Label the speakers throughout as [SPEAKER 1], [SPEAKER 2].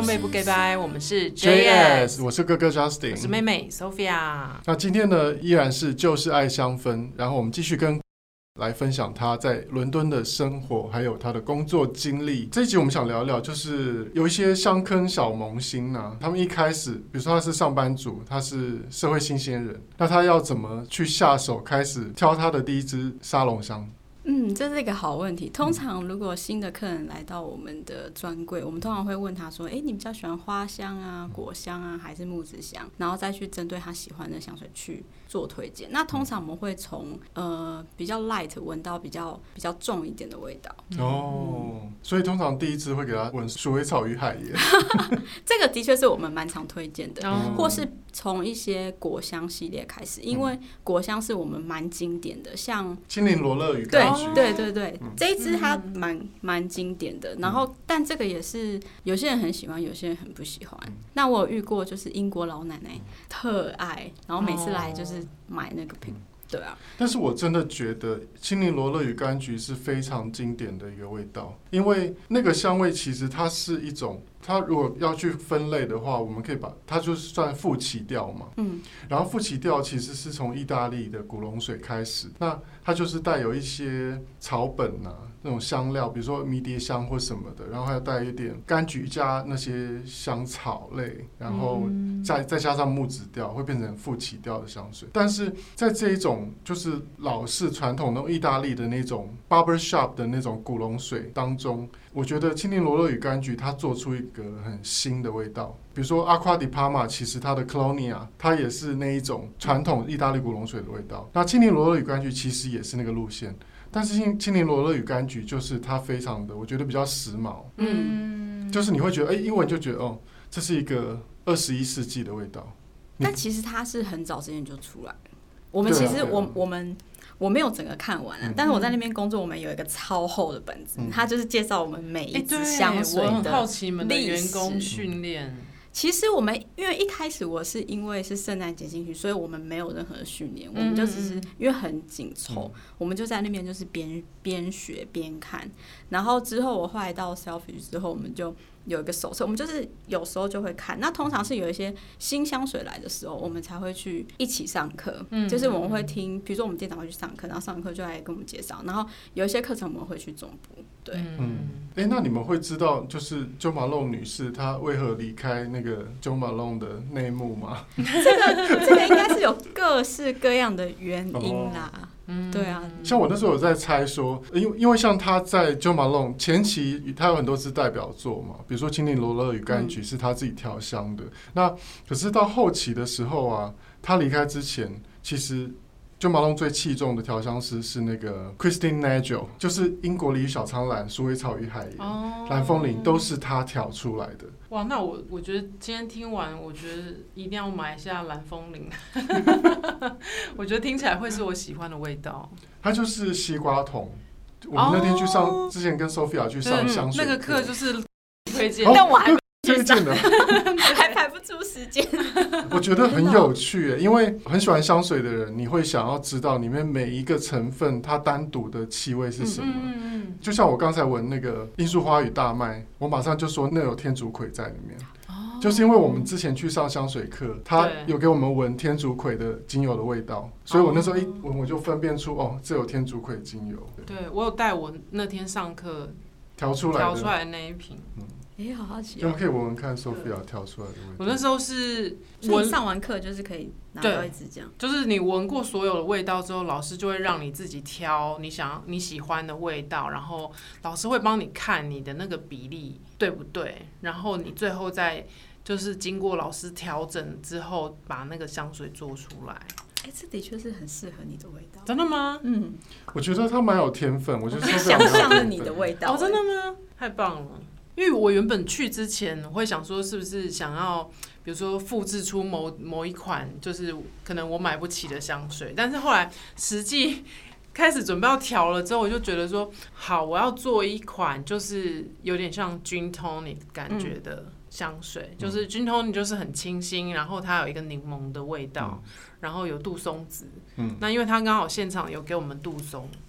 [SPEAKER 1] 兄妹不 gay 掰，我们是
[SPEAKER 2] JS， 我是哥哥 Justin，
[SPEAKER 1] 我是妹妹 Sophia。
[SPEAKER 2] 那今天呢，依然是就是爱香氛，然后我们继续跟来分享他在伦敦的生活，还有他的工作经历。这一集我们想聊聊，就是有一些香坑小萌新啊，他们一开始，比如说他是上班族，他是社会新鲜人，那他要怎么去下手开始挑他的第一支沙龙香？
[SPEAKER 3] 这是一个好问题。通常如果新的客人来到我们的专柜，我们通常会问他说：“你比较喜欢花香啊、果香啊，还是木质香？”然后再去针对他喜欢的香水去做推荐。那通常我们会从比较 light 闻到比较重一点的味道。
[SPEAKER 2] 所以通常第一支会给他闻鼠尾草与海盐。
[SPEAKER 3] 这个的确是我们蛮常推荐的，或是从一些果香系列开始，因为果香是我们蛮经典的，像
[SPEAKER 2] 青柠罗勒与
[SPEAKER 3] 柑橘，对，这一支它蛮经典的。然后，但这个也是有些人很喜欢，有些人很不喜欢。那我有遇过，就是英国老奶奶特爱，然后每次来就是买那个瓶。对啊，
[SPEAKER 2] 但是我真的觉得青柠罗勒与柑橘是非常经典的一个味道，因为那个香味其实它是一种，它如果要去分类的话，我们可以把它就是算副起调嘛，然后副起调其实是从意大利的古龙水开始，那它就是带有一些草本啊那种香料，比如说迷迭香或什么的，然后还有带一点柑橘加那些香草类，然后再加上木质调，会变成副起调的香水。但是在这一种就是老式传统的意大利的那种 barber shop 的那种古龙水当中，我觉得青柠罗勒与柑橘它做出一个很新的味道。比如说 Acqua di Parma， 其实它的 Colonia 它也是那一种传统意大利古龙水的味道。那青柠罗勒与柑橘其实也是那个路线，但是青柠罗勒与柑橘就是它非常的，我觉得比较时髦。就是你会觉得，英文就觉得这是一个21世纪的味道。
[SPEAKER 3] 但其实它是很早之前就出来了。我们其实我没有整个看完但是我在那边工作，我们有一个超厚的本子，它就是介绍我们每一支香水的历史。
[SPEAKER 1] 我很好奇你们的员工训练。
[SPEAKER 3] 其实我们因为一开始我是因为是圣诞节进去，所以我们没有任何的训练，我们就只是因为很紧凑，我们就在那边就是边学边看。然后之后我后来到 Selfridges 之后，我们就有一个手册，我们就是有时候就会看。那通常是有一些新香水来的时候，我们才会去一起上课。就是我们会听，比如说我们店长会去上课，然后上完课就来跟我们介绍。然后有一些课程我们会去总部。对，
[SPEAKER 2] 那你们会知道就是 Jo Malone 女士她为何离开那个 Jo Malone 的内幕吗？
[SPEAKER 3] 这个应该是有各式各样的原因啦。对啊，
[SPEAKER 2] 像我那时候有在猜说，因为像他在 Jo Malone 前期，他有很多支代表作嘛，比如说青柠罗勒与柑橘是他自己调香的。那可是到后期的时候啊，他离开之前，其实Jo Malone最器重的调香师是那个 Christine Nagel， 就是英国梨与小苍兰、鼠尾草与海盐、蓝风铃都是他调出来的。
[SPEAKER 1] 哇，那我觉得今天听完，我觉得一定要买一下蓝风铃。我觉得听起来会是我喜欢的味道。它
[SPEAKER 2] 就是西瓜桶。我们那天去上，之前跟 Sophia 去上香水
[SPEAKER 1] 那个课就是推荐，
[SPEAKER 3] 但我还没
[SPEAKER 2] 推荐的，
[SPEAKER 3] 还排不出时间。
[SPEAKER 2] 我觉得很有趣，因为很喜欢香水的人，你会想要知道里面每一个成分它单独的气味是什么。就像我刚才闻那个罂粟花与大麦，我马上就说那有天竺葵在里面。就是因为我们之前去上香水课，他有给我们闻天竺葵的精油的味道，所以我那时候一闻我就分辨出这有天竺葵精油。
[SPEAKER 1] 对，我有带我那天上课
[SPEAKER 2] 调出来
[SPEAKER 1] 的那一瓶。
[SPEAKER 3] 好好奇
[SPEAKER 2] 我们可以闻闻看 Sophia 调出来的味道。
[SPEAKER 1] 我那时候是
[SPEAKER 3] 上完课就是可以拿到一支这样，
[SPEAKER 1] 就是你闻过所有的味道之后，老师就会让你自己挑你喜欢的味道，然后老师会帮你看你的那个比例对不对，然后你最后再就是经过老师调整之后，把那个香水做出来。
[SPEAKER 3] 这的确是很适合你的味道。
[SPEAKER 1] 真的吗？
[SPEAKER 2] 我觉得他蛮有天分，我就
[SPEAKER 3] 想象是你的味道。
[SPEAKER 1] 真的吗？太棒了！因为我原本去之前，我会想说是不是想要，比如说复制出某一款，就是可能我买不起的香水，但是后来实际开始准备要调了之后，我就觉得说，好，我要做一款就是有点像 Gin Tonic 感觉的香水，就是 Gin Tonic 就是很清新，然后它有一个柠檬的味道，然后有杜松子。那因为它刚好现场有给我们杜松，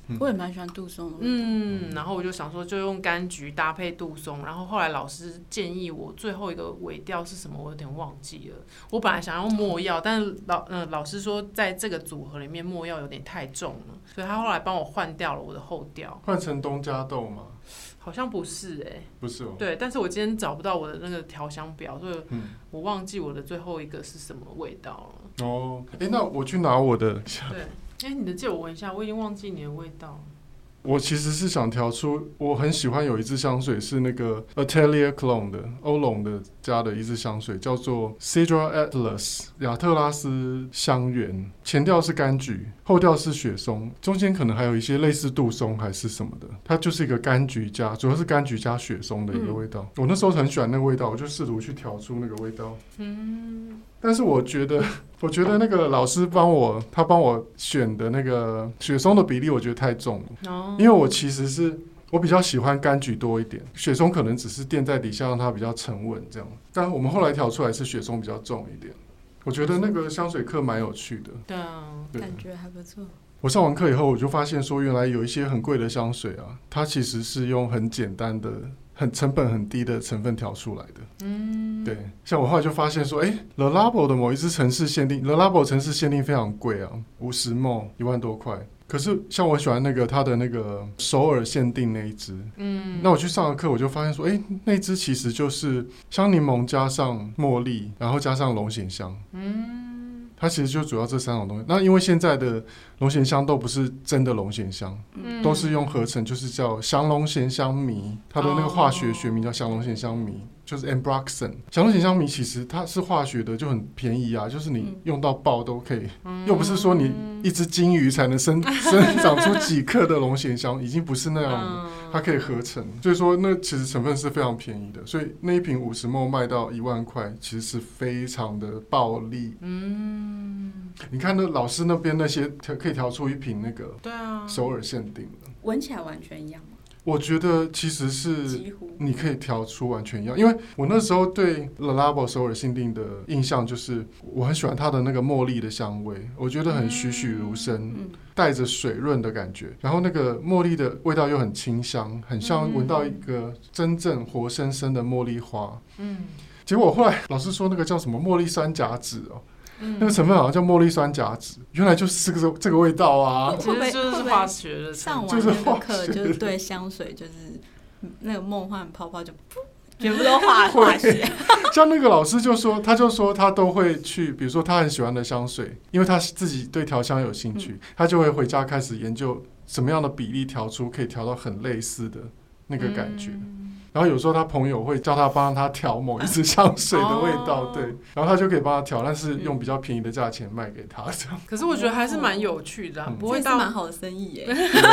[SPEAKER 3] 我也蛮喜欢杜松的味道。
[SPEAKER 1] 然后我就想说，就用柑橘搭配杜松，然后后来老师建议我最后一个尾调是什么，我有点忘记了。我本来想用没药，但是老师说在这个组合里面没药有点太重了，所以他后来帮我换掉了我的后调，
[SPEAKER 2] 换成东加豆吗？
[SPEAKER 1] 好像不是
[SPEAKER 2] 不是哦。
[SPEAKER 1] 对，但是我今天找不到我的那个调香表，所以我忘记我的最后一个是什么味道了。
[SPEAKER 2] 哦，那我去拿我的。
[SPEAKER 1] 对，你的借我闻一下，我已经忘记你的味道了。
[SPEAKER 2] 我其实是想调出，我很喜欢有一支香水是那个 Atelier Cologne 的欧龙的家的一支香水，叫做 Cedra Atlas 亚特拉斯香橼，前调是柑橘，后调是雪松，中间可能还有一些类似杜松还是什么的，它就是一个柑橘加，主要是柑橘加雪松的一个味道。我那时候很喜欢那个味道，我就试图去调出那个味道。但是我觉得那个老师帮我选的那个雪松的比例，我觉得太重了。因为我其实我比较喜欢柑橘多一点，雪松可能只是垫在底下让它比较沉稳这样。但我们后来调出来是雪松比较重一点。我觉得那个香水课蛮有趣的。
[SPEAKER 1] 对啊，
[SPEAKER 3] 感觉还不错。
[SPEAKER 2] 我上完课以后，我就发现说，原来有一些很贵的香水啊，它其实是用很简单的、成本很低的成分调出来的。对，像我后来就发现说Le Labo 的某一支城市限定 ，Le Labo 城市限定非常贵啊，50 ml 1万多块。可是像我喜欢它的那个首尔限定那一支，那我去上了课，我就发现说，那支其实就是香柠檬加上茉莉，然后加上龙涎香。它其实就主要这3种东西。那因为现在的龙涎香都不是真的龙涎香，都是用合成，就是叫香龙涎香醚，它的那个化学学名叫香龙涎香醚，就是 Ambroxan。香龙涎香醚其实它是化学的，就很便宜啊，就是你用到爆都可以，又不是说你一只金鱼才能生长出几克的龙涎香，已经不是那样的，它可以合成，所以说那其实成分是非常便宜的，所以那一瓶50 ml 卖到1万块，其实是非常的暴利。你看那老师那边那些可以调出一瓶那个首尔限定的，
[SPEAKER 3] 闻起来完全一样吗？
[SPEAKER 2] 我觉得其实是你可以调出完全一样，因为我那时候对 Le Labo 首尔限定的印象就是我很喜欢它的那个茉莉的香味，我觉得很栩栩如生，带着水润的感觉，然后那个茉莉的味道又很清香，很像闻到一个真正活生生的茉莉花。结果后来老师说那个叫什么茉莉酸甲酯那个成分好像叫茉莉酸甲酯，原来就是这个味道啊！
[SPEAKER 1] 其实就是化学的，
[SPEAKER 3] 上完那个课就是对香水就是那个梦幻泡泡就全部都化学。
[SPEAKER 2] 像那个老师就说，他都会去，比如说他很喜欢的香水，因为他自己对调香有兴趣，他就会回家开始研究什么样的比例调出可以调到很类似的那个感觉。然后有时候他朋友会叫他帮他调某一支香水的味道，对，然后他就可以帮他调，但是用比较便宜的价钱卖给他这样。
[SPEAKER 1] 可是我觉得还是蛮有趣的，不会
[SPEAKER 3] 到蛮好的生意耶。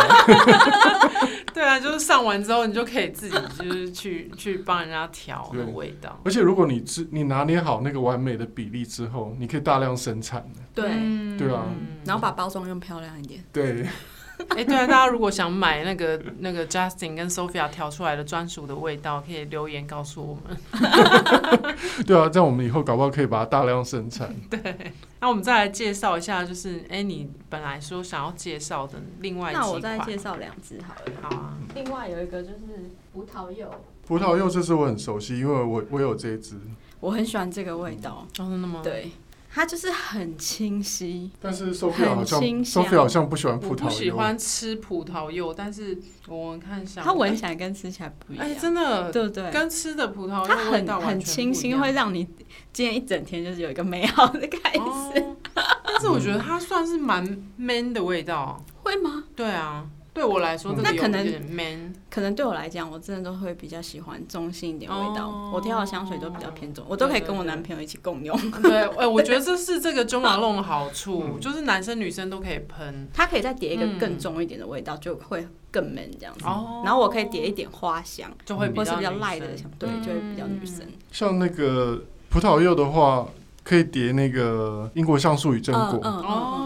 [SPEAKER 1] 对啊，就是上完之后你就可以自己就是去帮人家调那个味道。
[SPEAKER 2] 而且如果你拿捏好那个完美的比例之后，你可以大量生产。
[SPEAKER 3] 对，
[SPEAKER 2] 对啊，
[SPEAKER 3] 然后把包装用漂亮一点。
[SPEAKER 2] 对。
[SPEAKER 1] 对啊，大家如果想买那个 Justin 跟 Sophia 调出来的专属的味道，可以留言告诉我们。
[SPEAKER 2] 对啊，这样我们以后搞不好可以把它大量生产。
[SPEAKER 1] 对，那我们再来介绍一下，就是你本来说想要介绍的另外几款。
[SPEAKER 3] 那我再介绍2支好了。
[SPEAKER 1] 好啊。
[SPEAKER 3] 另外有一个就是葡萄柚。
[SPEAKER 2] 葡萄柚这支我很熟悉，因为我有这一支。
[SPEAKER 3] 我很喜欢这个味道。
[SPEAKER 1] 真的吗？
[SPEAKER 3] 对。它就是很清晰，
[SPEAKER 2] 但是 Sophia 好像不喜欢葡萄柚。
[SPEAKER 1] 我不喜欢吃葡萄柚，但是我闻看香，
[SPEAKER 3] 它闻起来跟吃起来不一样。
[SPEAKER 1] 真的，
[SPEAKER 3] 对不对？
[SPEAKER 1] 跟吃的葡萄柚味道完全不一样。
[SPEAKER 3] 很清新，会让你今天一整天就是有一个美好的开始。
[SPEAKER 1] 但是我觉得它算是蛮 man 的味道。
[SPEAKER 3] 会吗？
[SPEAKER 1] 对啊。对我来说，这个有点 man。
[SPEAKER 3] 可能对我来讲，我真的都会比较喜欢中性一点味道。我挑的香水都比较偏重，我都可以跟我男朋友一起共用。
[SPEAKER 1] 对，我觉得这是这个中马弄的好处，就是男生女生都可以喷。
[SPEAKER 3] 它可以再叠一个更重一点的味道，就会更 man 这样子。然后我可以叠一点花香，
[SPEAKER 1] 就会
[SPEAKER 3] 或是比较light的香，对，就会比较女生。
[SPEAKER 2] 像那个葡萄柚的话，可以叠那个英国橡树与榛果。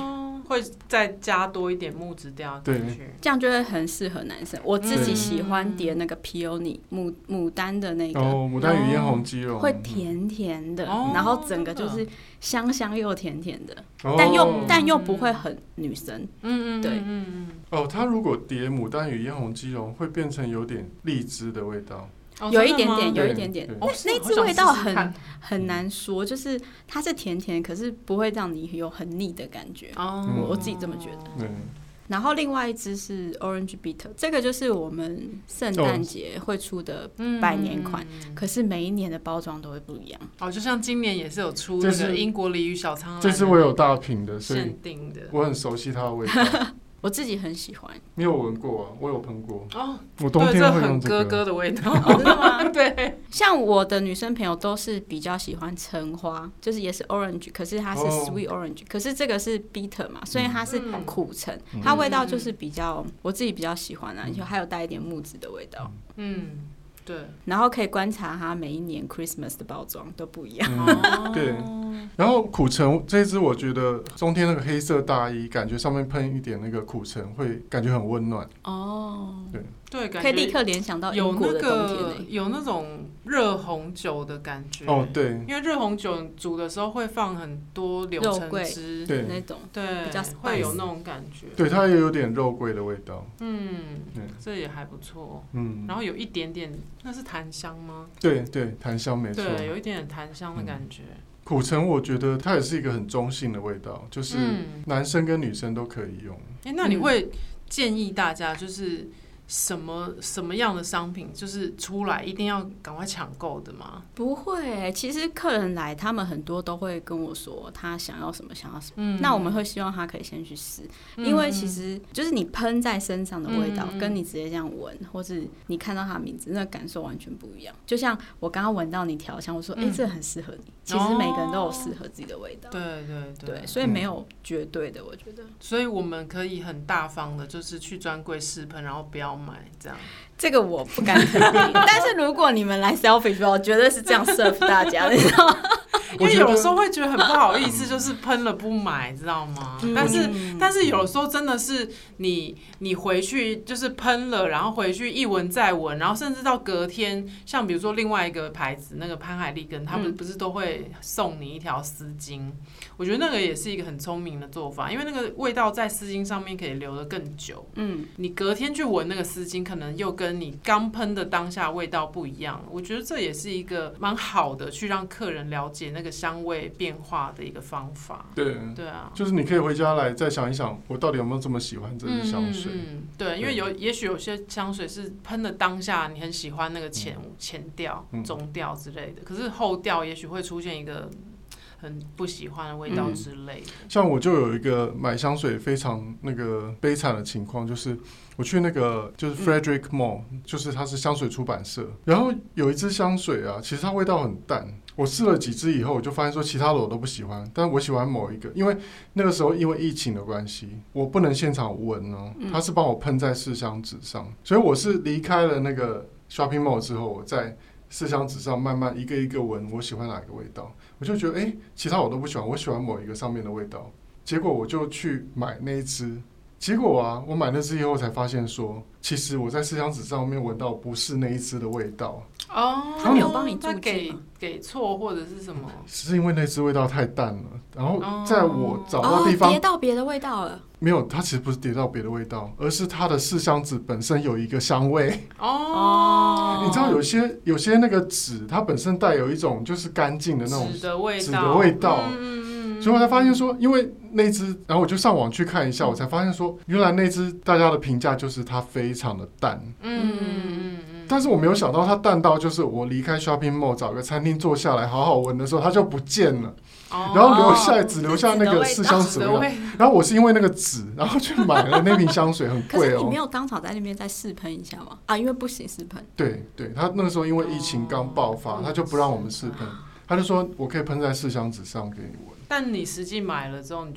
[SPEAKER 1] 会再加多一点木质调进去，
[SPEAKER 3] 这样就会很适合男生。我自己喜欢叠那个 Peony 牡丹的那个
[SPEAKER 2] 牡丹与嫣红鸡茸，
[SPEAKER 3] 会甜甜的，然后整个就是香香又甜甜的，但又不会很女生。对。
[SPEAKER 2] 它如果叠牡丹与嫣红鸡茸，会变成有点荔枝的味道。
[SPEAKER 3] 有一点点，有一点点。那支味道很难说，就是它是甜甜，可是不会让你有很腻的感觉。我自己这么觉得。然后另外一支是 Orange Bitter， 这个就是我们圣诞节会出的百年款，可是每一年的包装都会不一样。
[SPEAKER 1] 就像今年也是有出那个英国梨与小苍兰，
[SPEAKER 2] 这支我有大瓶的，所以
[SPEAKER 1] 限定的，
[SPEAKER 2] 我很熟悉它的味道。
[SPEAKER 3] 我自己很喜欢。
[SPEAKER 2] 你有闻过啊？我有喷过。我冬天会用这个。
[SPEAKER 1] 对，这很哥哥的味道。
[SPEAKER 3] 真的吗？
[SPEAKER 1] 对。
[SPEAKER 3] 像我的女生朋友都是比较喜欢橙花，就是也是 orange， 可是它是 sweet orange，可是这个是 bitter 嘛，所以它是苦橙，它味道就是比较我自己比较喜欢啊，还有带一点木质的味道。
[SPEAKER 1] 对，
[SPEAKER 3] 然后可以观察它每一年 Christmas 的包装都不一样。
[SPEAKER 2] 对，然后苦橙这一支，我觉得冬天那个黑色大衣，感觉上面喷一点那个苦橙，会感觉很温暖。
[SPEAKER 1] 对，
[SPEAKER 3] 可以立刻联想到英国的冬天
[SPEAKER 1] 有那种热红酒的感觉。
[SPEAKER 2] 对，
[SPEAKER 1] 因为热红酒煮的时候会放很多柳橙汁，
[SPEAKER 3] 对那种，
[SPEAKER 1] 对，
[SPEAKER 3] 比较
[SPEAKER 1] 会有那种感觉。
[SPEAKER 2] 对，它也有点肉桂的味道。
[SPEAKER 1] 这也还不错。然后有一点点，那是檀香吗？
[SPEAKER 2] 对，檀香没错。
[SPEAKER 1] 对，有一点檀香的感觉。
[SPEAKER 2] 苦橙我觉得它也是一个很中性的味道，就是男生跟女生都可以用。
[SPEAKER 1] 那你会建议大家就是什么样的商品就是出来一定要赶快抢购的吗？
[SPEAKER 3] 不会，其实客人来他们很多都会跟我说他想要什么，那我们会希望他可以先去试，因为其实就是你喷在身上的味道跟你直接这样闻，或是你看到他的名字，那个感受完全不一样。就像我刚刚闻到你调香，我说这很适合你，其实每个人都有适合自己的味道。
[SPEAKER 1] 对，
[SPEAKER 3] 所以没有绝对的，我觉得。
[SPEAKER 1] 所以我们可以很大方的，就是去专柜试喷，然后不要买这样。
[SPEAKER 3] 这个我不敢肯定，但是如果你们来 Selfish， 我绝对是这样 serve 大家，你知道吗？
[SPEAKER 1] 因为有的时候会觉得很不好意思，就是喷了不买，知道吗？但是有的时候真的是你回去就是喷了，然后回去一闻再闻，然后甚至到隔天，像比如说另外一个牌子那个潘海利根，他们不是都会送你一条丝巾？我觉得那个也是一个很聪明的做法，因为那个味道在丝巾上面可以留得更久。你隔天去闻那个丝巾，可能又跟你刚喷的当下味道不一样。我觉得这也是一个蛮好的去让客人了解那个香味变化的一个方法。对啊，
[SPEAKER 2] 就是你可以回家来再想一想，我到底有没有这么喜欢这支香水。
[SPEAKER 1] 对，因为也许有些香水是喷的当下你很喜欢那个前调、中调之类的，可是后调也许会出现一个很不喜欢的味道之类的。
[SPEAKER 2] 像我就有一个买香水非常那个悲惨的情况，就是我去那个就是 Frederick Mall，就是它是香水出版社，然后有一支香水啊，其实它味道很淡。我试了几支以后，我就发现说其他的我都不喜欢，但我喜欢某一个，因为那个时候因为疫情的关系，我不能现场闻哦，它是帮我喷在试香纸上，所以我是离开了那个 shopping mall 之后，我在试香纸上慢慢一个一个闻我喜欢哪个味道，我就觉得其他我都不喜欢，我喜欢某一个上面的味道，结果我就去买那一支。结果啊，我买那支以后才发现说，其实我在试香纸上面闻到不是那一支的味道。
[SPEAKER 3] 他没有帮你注记吗？
[SPEAKER 1] 给错或者是什么？
[SPEAKER 2] 是因为那支味道太淡了，然后在我找到地方
[SPEAKER 3] 叠到别的味道了。
[SPEAKER 2] 没有，它其实不是叠到别的味道，而是它的试香纸本身有一个香味。你知道有些那个纸，它本身带有一种就是干净的那种
[SPEAKER 1] 纸的
[SPEAKER 2] 味道。所以我才发现说，因为那支，然后我就上网去看一下，我才发现说，原来那支大家的评价就是它非常的淡。但是我没有想到它淡到就是我离开 shopping mall 找个餐厅坐下来好好闻的时候，它就不见了。然后只留下那个试香纸的味道。然后我是因为那个纸，然后去买了那瓶香水，很贵哦。
[SPEAKER 3] 可是你没有当场在那边再试喷一下吗？因为不行试喷。
[SPEAKER 2] 对，他那个时候因为疫情刚爆发，他就不让我们试喷，他就说我可以喷在试香纸上给你闻。
[SPEAKER 1] 但你实际买了之后，你觉得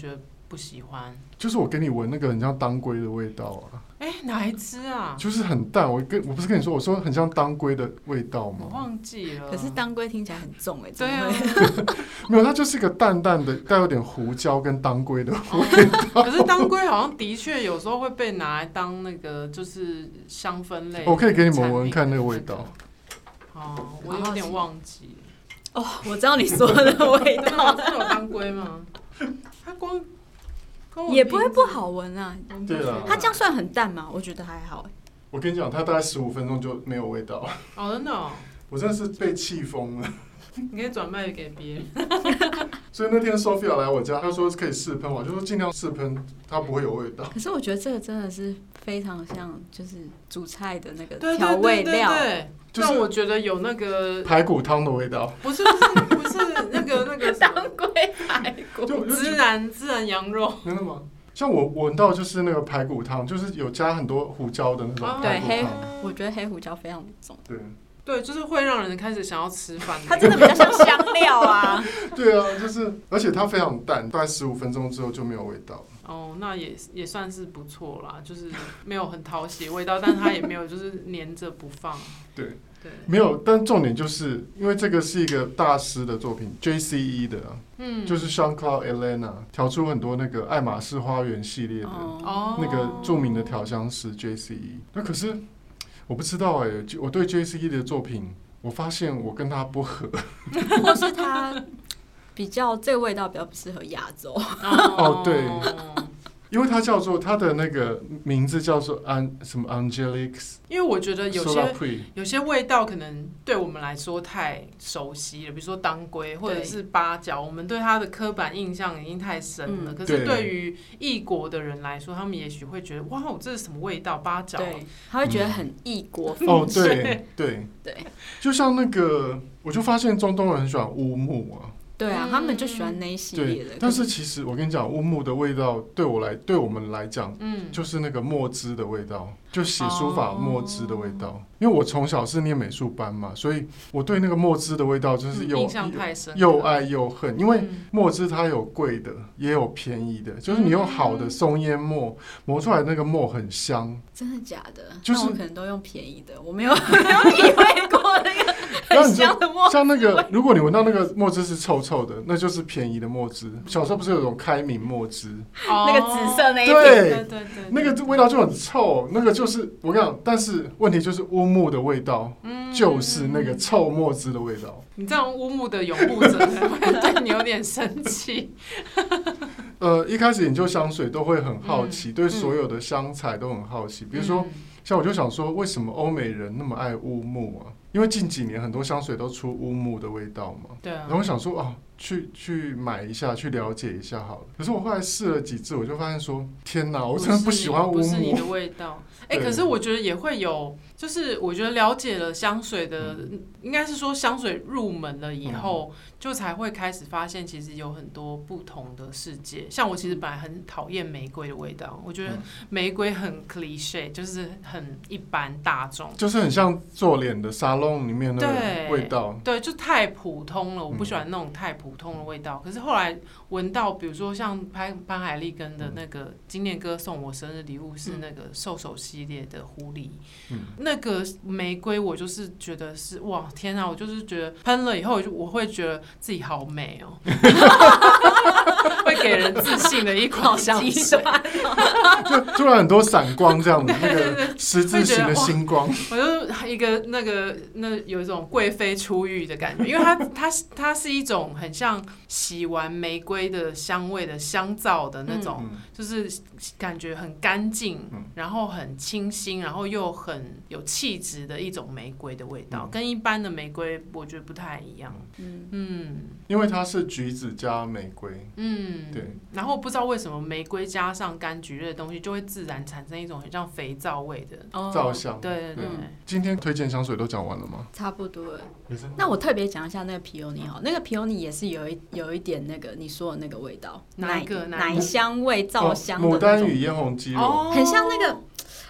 [SPEAKER 1] 不喜欢？
[SPEAKER 2] 就是我给你闻那个很像当归的味道啊。
[SPEAKER 1] 哪一支啊？
[SPEAKER 2] 就是很淡，我不是跟你说，我说很像当归的味道吗？
[SPEAKER 1] 我忘记了。
[SPEAKER 3] 可是当归听起来很重
[SPEAKER 1] 对啊，
[SPEAKER 2] 没有，它就是一个淡淡的，带有点胡椒跟当归的味道。
[SPEAKER 1] 可是当归好像的确有时候会被拿来当那个就是香氛类。
[SPEAKER 2] 我可以给你们闻看那个味道。
[SPEAKER 1] 我有点忘记。
[SPEAKER 3] 哦，我知道你说的味道。
[SPEAKER 1] 真的有当归吗？它光
[SPEAKER 3] 也不会不好闻啊。
[SPEAKER 2] 对啦，
[SPEAKER 3] 它这样算很淡吗？我觉得还好。
[SPEAKER 2] 我跟你讲，它大概15分钟就没有味道。
[SPEAKER 1] 真的哦。
[SPEAKER 2] 我真的是被气疯了。
[SPEAKER 1] 你可以转卖给别人。
[SPEAKER 2] 所以那天 Sophia 来我家，她说可以试喷，我就说尽量试喷，它不会有味道。
[SPEAKER 3] 可是我觉得这个真的是非常像就是煮菜的那个调味料。
[SPEAKER 1] 对，让我觉得有那个
[SPEAKER 2] 排骨汤的味道。
[SPEAKER 1] 不是那个
[SPEAKER 3] 当归排骨，
[SPEAKER 1] 孜然羊肉。
[SPEAKER 2] 真的吗？像我闻到就是那个排骨汤，就是有加很多胡椒的那种排骨汤。
[SPEAKER 3] 我觉得黑胡椒非常重。
[SPEAKER 1] 对，就是会让人开始想要吃饭。
[SPEAKER 3] 它真的比较像香料啊。
[SPEAKER 2] 对啊，就是而且它非常淡，大概15分钟之后就没有味道。
[SPEAKER 1] 那也算是不错啦，就是没有很讨喜味道，但它也没有就是黏着不放。
[SPEAKER 2] 对，没有，但重点就是因为这个是一个大师的作品 ，JCE 的，就是 Jean-Claude Ellena 调出很多那个爱马仕花园系列的那个著名的调香师 JCE。那可是我不知道我对 JCE 的作品，我发现我跟他不合，
[SPEAKER 3] 或是他比较这个味道比较不适合亚洲。
[SPEAKER 2] 对。因为它它的那个名字叫做什么 Angelique，
[SPEAKER 1] 因为我觉得有些味道可能对我们来说太熟悉了，比如说当归或者是八角，我们对它的刻板印象已经太深了。可是对于异国的人来说，他们也许会觉得哇，这是什么味道？八角，
[SPEAKER 3] 对，他会觉得很异国风
[SPEAKER 2] 情。对，就像那个，我就发现中东人很喜欢乌木啊。
[SPEAKER 3] 对啊，他们就喜欢那一系列的。
[SPEAKER 2] 但是其实我跟你讲，乌木的味道对我们来讲，就是那个墨汁的味道，就写书法墨汁的味道。因为我从小是念美术班嘛，所以我对那个墨汁的味道就是
[SPEAKER 1] 印象太深，
[SPEAKER 2] 又爱又恨。因为墨汁它有贵的，也有便宜的，就是你用好的松烟墨磨出来那个墨很香。
[SPEAKER 3] 真的假的？
[SPEAKER 2] 就是
[SPEAKER 3] 我可能都用便宜的，我没有体会过那个。很香的墨汁，
[SPEAKER 2] 像那个，如果你闻到那个墨汁是臭臭的，那就是便宜的墨汁。小时候不是有种开明墨汁，
[SPEAKER 3] 那个紫色那一
[SPEAKER 2] 对，那个味道就很臭。那个就是我跟你讲，但是问题就是乌木的味道，就是那个臭墨汁的味道。
[SPEAKER 1] 你这样乌木的拥护者会对你有点生气。
[SPEAKER 2] 一开始研究香水都会很好奇，对所有的香材都很好奇。比如说，像我就想说，为什么欧美人那么爱乌木啊？因为近几年很多香水都出乌木的味道嘛。
[SPEAKER 1] 对啊。
[SPEAKER 2] 然后我想说，去买一下，去了解一下好了。可是我后来试了几支，我就发现说，天哪，我真的不喜欢乌木。
[SPEAKER 1] 不是你的味道。可是我觉得也会有，就是我觉得了解了香水的，应该是说香水入门了以后，就才会开始发现其实有很多不同的世界。像我其实本来很讨厌玫瑰的味道，我觉得玫瑰很 cliché， 就是很一般大众，
[SPEAKER 2] 就是很像做脸的沙龙里面那个味道。
[SPEAKER 1] 对，就太普通了，我不喜欢那种太普通的味道。可是后来闻到，比如说像潘海利根的那个今年歌送我生日礼物是那个兽首系列的狐狸，那个玫瑰我就是觉得是哇天啊，我就是觉得喷了以后我会觉得自己好美哦，会给人自信的一款香水，
[SPEAKER 2] 就突然很多闪光这样的那个十字形的星光，
[SPEAKER 1] 我就一个那有一种贵妃出浴的感觉，因为它是一种很像洗完玫瑰的香味的香皂的那种，就是感觉很干净，然后很清新，然后又很有气质的一种玫瑰的味道，跟一般的玫瑰我觉得不太一样。
[SPEAKER 2] 因为它是橘子加玫瑰，对。
[SPEAKER 1] 然后不知道为什么玫瑰加上柑橘类的东西，就会自然产生一种很像肥皂味的
[SPEAKER 2] 皂香。
[SPEAKER 1] 对。
[SPEAKER 2] 今天推荐香水都讲完了吗？
[SPEAKER 3] 差不多了。那我特别讲一下那个皮欧尼好，那个皮欧尼也是有一点那个你说的那个味道，
[SPEAKER 1] 哪一个
[SPEAKER 3] 奶香味、皂香的
[SPEAKER 2] 牡丹与嫣红肌肉，
[SPEAKER 3] 很像那个。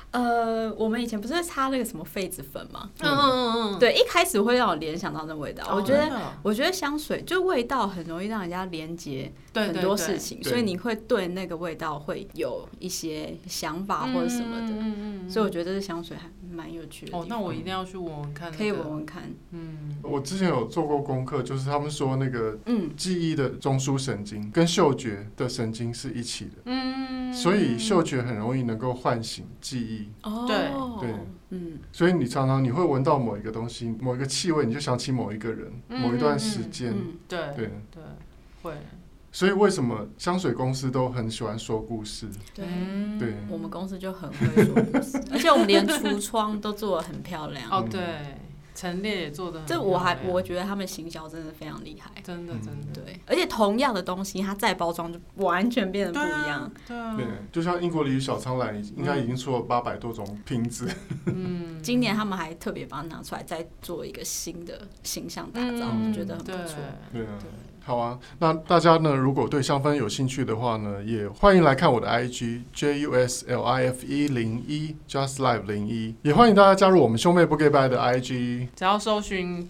[SPEAKER 3] 我们以前不是擦那个什么痱子粉吗？
[SPEAKER 1] 嗯，
[SPEAKER 3] 对，一开始会让我联想到那味道。
[SPEAKER 1] 哦
[SPEAKER 3] 我觉得香水就味道很容易让人家连接很多事情，
[SPEAKER 2] 对
[SPEAKER 3] 所以你会对那个味道会有一些想法或者什么的。所以我觉得这是香水还蛮有趣的地方。
[SPEAKER 1] 那我一定要去闻闻看，
[SPEAKER 3] 可以闻闻看。
[SPEAKER 2] 我之前有做过功课，就是他们说那个记忆的中枢神经跟嗅觉的神经是一起的，所以嗅觉很容易能够唤醒记忆。对，所以你常常会闻到某一个东西、某一个气味，你就想起某一个人、某一段时间。
[SPEAKER 1] 对，会。
[SPEAKER 2] 所以为什么香水公司都很喜欢说故事？
[SPEAKER 3] 对，
[SPEAKER 2] 我
[SPEAKER 3] 们公司就很会说故事，而且我们连橱窗都做得很漂亮。
[SPEAKER 1] 哦，对，陈列也做得很漂亮。
[SPEAKER 3] 我觉得他们行销真的非常厉害，
[SPEAKER 1] 真的。
[SPEAKER 3] 对，而且同样的东西，它再包装就完全变得不一样。
[SPEAKER 2] 对，就像英国梨与小苍兰，应该已经出了800多种瓶子。
[SPEAKER 3] 今年他们还特别把它拿出来，再做一个新的形象打造，我觉得很不错。
[SPEAKER 2] 对。好啊，那大家呢，如果对香氛有兴趣的话呢，也欢迎来看我的 IG JUSLIFE01 JustLife01，也欢迎大家加入我们兄妹不 gay bye 的 IG，
[SPEAKER 1] 只要搜寻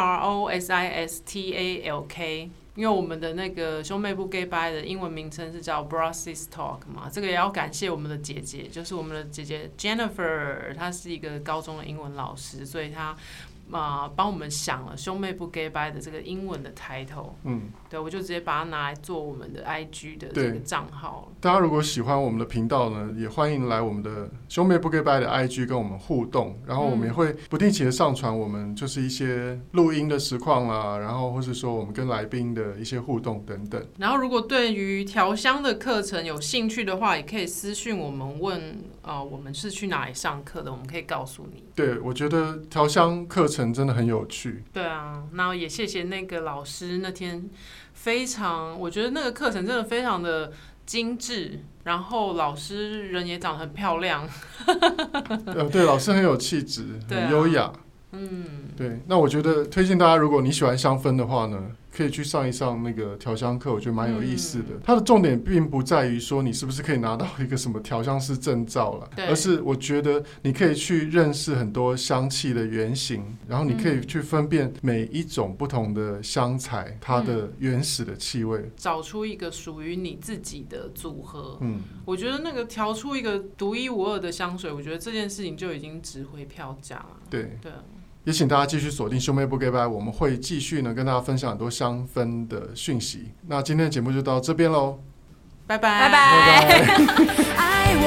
[SPEAKER 1] BROSISTALK， 因为我们的那个兄妹不 gay bye 的英文名称是叫 Brosis Talk 嘛，这个也要感谢我们的姐姐，就是我们的姐姐 Jennifer， 她是一个高中的英文老师，所以她帮我们想了兄妹不 gay bye 的这个英文的 title， 对，我就直接把它拿来做我们的 IG 的这个账号。
[SPEAKER 2] 大家如果喜欢我们的频道呢，也欢迎来我们的兄妹不 gay bye 的 IG 跟我们互动，然后我们也会不定期的上传我们就是一些录音的实况啦，然后或是说我们跟来宾的一些互动等等。
[SPEAKER 1] 然后如果对于调香的课程有兴趣的话，也可以私讯我们问我们是去哪里上课的，我们可以告诉你。
[SPEAKER 2] 对，我觉得调香课程真的很有趣。
[SPEAKER 1] 对啊，那也谢谢那个老师那天我觉得那个课程真的非常的精致，然后老师人也长得很漂亮。
[SPEAKER 2] 对，老师很有气质，很优雅。对，那我觉得推荐大家，如果你喜欢香氛的话呢，可以去上一上那个调香课，我觉得蛮有意思的。它的重点并不在于说你是不是可以拿到一个什么调香师证照了，而是我觉得你可以去认识很多香气的原型，然后你可以去分辨每一种不同的香材它的原始的气味，
[SPEAKER 1] 找出一个属于你自己的组合。我觉得那个调出一个独一无二的香水，我觉得这件事情就已经值回票价了。
[SPEAKER 2] 对。也请大家继续锁定兄妹不 gay bye， 我们会继续呢跟大家分享很多香氛的讯息。那今天的节目就到这边咯，
[SPEAKER 1] 拜拜。
[SPEAKER 3] 拜拜。